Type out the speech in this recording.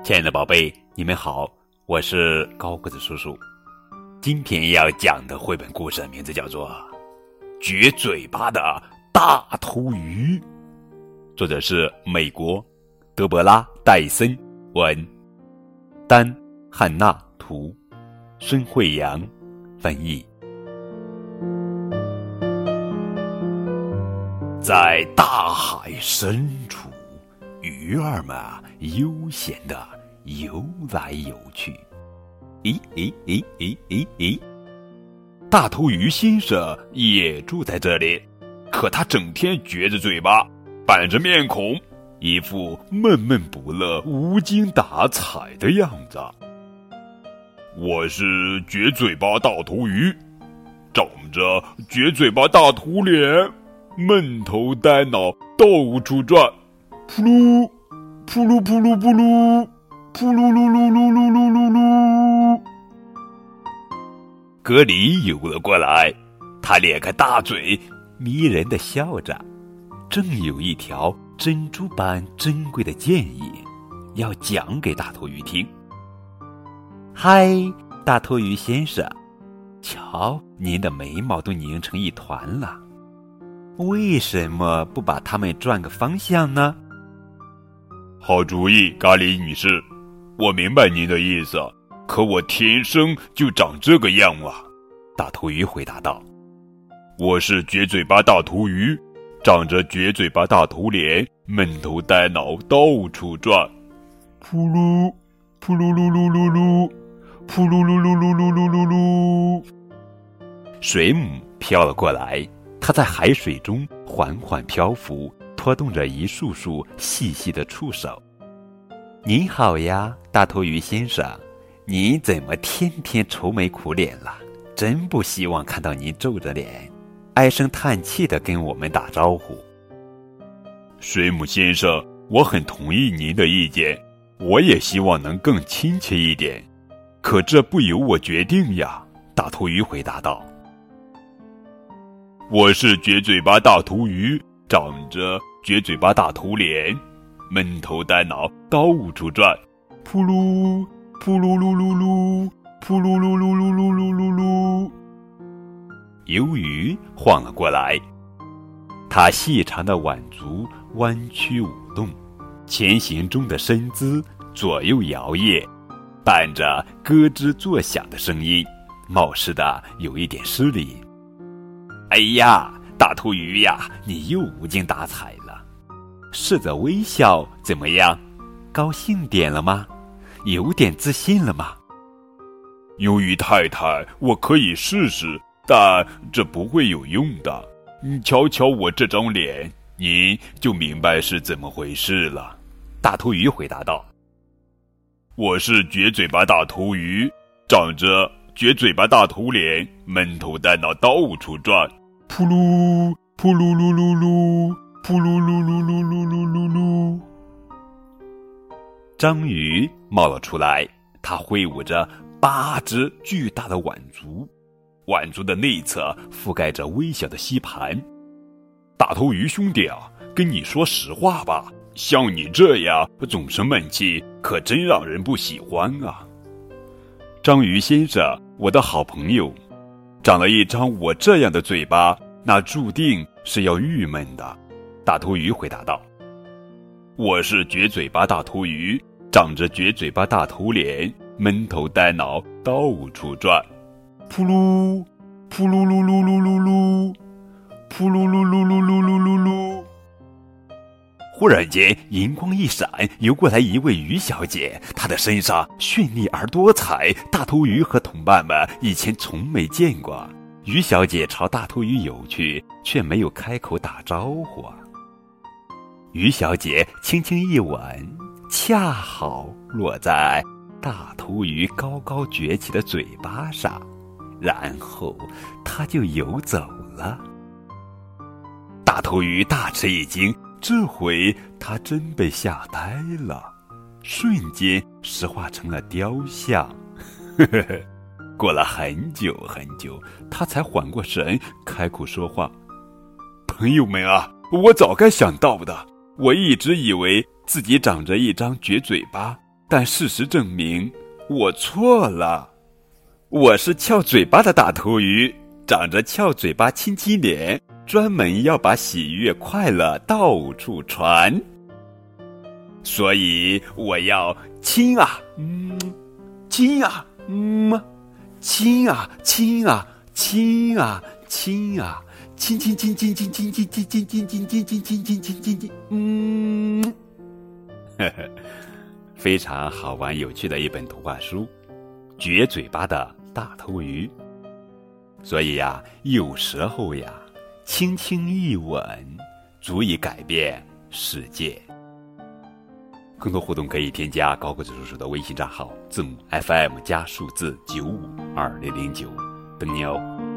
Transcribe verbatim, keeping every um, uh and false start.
亲爱的宝贝，你们好，我是高个子叔叔。今天要讲的绘本故事名字叫做《撅嘴巴的大头鱼》，作者是美国德伯拉·戴森文，丹·汉娜图，孙慧阳翻译。在大海深处，鱼儿们悠闲地游来游去。咦咦咦咦咦咦！大头鱼先生也住在这里，可他整天撅着嘴巴，板着面孔，一副闷闷不乐、无精打采的样子。我是撅嘴巴大头鱼，长着撅嘴巴大头脸，闷头呆脑，到处转，扑噜扑噜扑噜扑噜扑噜噜噜噜噜噜噜噜。格里游了过来，他咧开大嘴，迷人地笑着，正有一条珍珠般珍贵的建议要讲给大头鱼听。嗨，大头鱼先生，瞧，您的眉毛都拧成一团了，为什么不把它们转个方向呢？好主意，咖喱女士，我明白您的意思，可我天生就长这个样啊。大头鱼回答道，我是撅嘴巴大头鱼，长着撅嘴巴大头脸，闷头呆脑，到处转，扑噜扑噜噜噜噜噜扑噜噜噜噜噜噜噜噜。水母飘了过来，它在海水中缓缓漂浮，拖动着一束束细细的触手。你好呀，大头鱼先生，你怎么天天愁眉苦脸了？真不希望看到您皱着脸，唉声叹气地跟我们打招呼。水母先生，我很同意您的意见，我也希望能更亲切一点，可这不由我决定呀。大头鱼回答道，我是撅嘴巴大头鱼，长着撅嘴巴大头脸，闷头呆脑，到处转，扑噜扑噜噜噜噜扑噜噜噜噜噜噜噜噜。鱿鱼晃了过来，它细长的腕足弯曲舞动，前行中的身姿左右摇曳，伴着咯吱作响的声音，冒失的有一点失礼。哎呀，大头鱼呀，你又无精打采了，试着微笑怎么样？高兴点了吗？有点自信了吗？鱿鱼太太，我可以试试，但这不会有用的。你瞧瞧我这张脸，您就明白是怎么回事了。大头鱼回答道，我是撅嘴巴大头鱼，长着撅嘴巴大头脸，闷头呆脑，到处转，扑噜扑噜噜噜噜扑噜噜噜噜噜噜噜噜。章鱼冒了出来，它挥舞着八只巨大的腕足，腕足的内侧覆盖着微小的吸盘。大头鱼兄弟啊，跟你说实话吧，像你这样总是闷气，可真让人不喜欢啊。章鱼先生，我的好朋友，长了一张我这样的嘴巴，那注定是要郁闷的。大头鱼回答道，我是撅嘴巴大头鱼，长着撅嘴巴大头脸，闷头呆脑，到处转，扑噜扑噜噜噜噜噜噜扑噜噜噜噜噜噜噜噜。忽然间银光一闪，游过来一位鱼小姐，她的身上绚丽而多彩，大头鱼和同伴们以前从没见过。鱼小姐朝大头鱼游去，却没有开口打招呼。鱼小姐轻轻一吻，恰好落在大头鱼高高撅起的嘴巴上，然后它就游走了。大头鱼大吃一惊，这回它真被吓呆了，瞬间石化成了雕像。呵呵呵，过了很久很久，它才缓过神，开口说话：朋友们啊，我早该想到的，我一直以为自己长着一张撅嘴巴， 但事实证明我错了。我是翘嘴巴的大头鱼，长着翘嘴巴亲亲脸，专门要把喜悦快乐到处传。所以我要亲啊，嗯，亲啊，嗯，亲啊，亲啊，亲啊，亲啊，亲亲亲亲亲亲亲亲亲亲亲亲亲亲亲亲亲亲，嗯，呵呵，非常好玩有趣的一本图画书，撅嘴巴的大头鱼。所以呀，有时候呀，轻轻一吻，足以改变世界。更多互动可以添加高个子叔叔的微信账号，字母 F M 加数字九五二零零九，奔牛。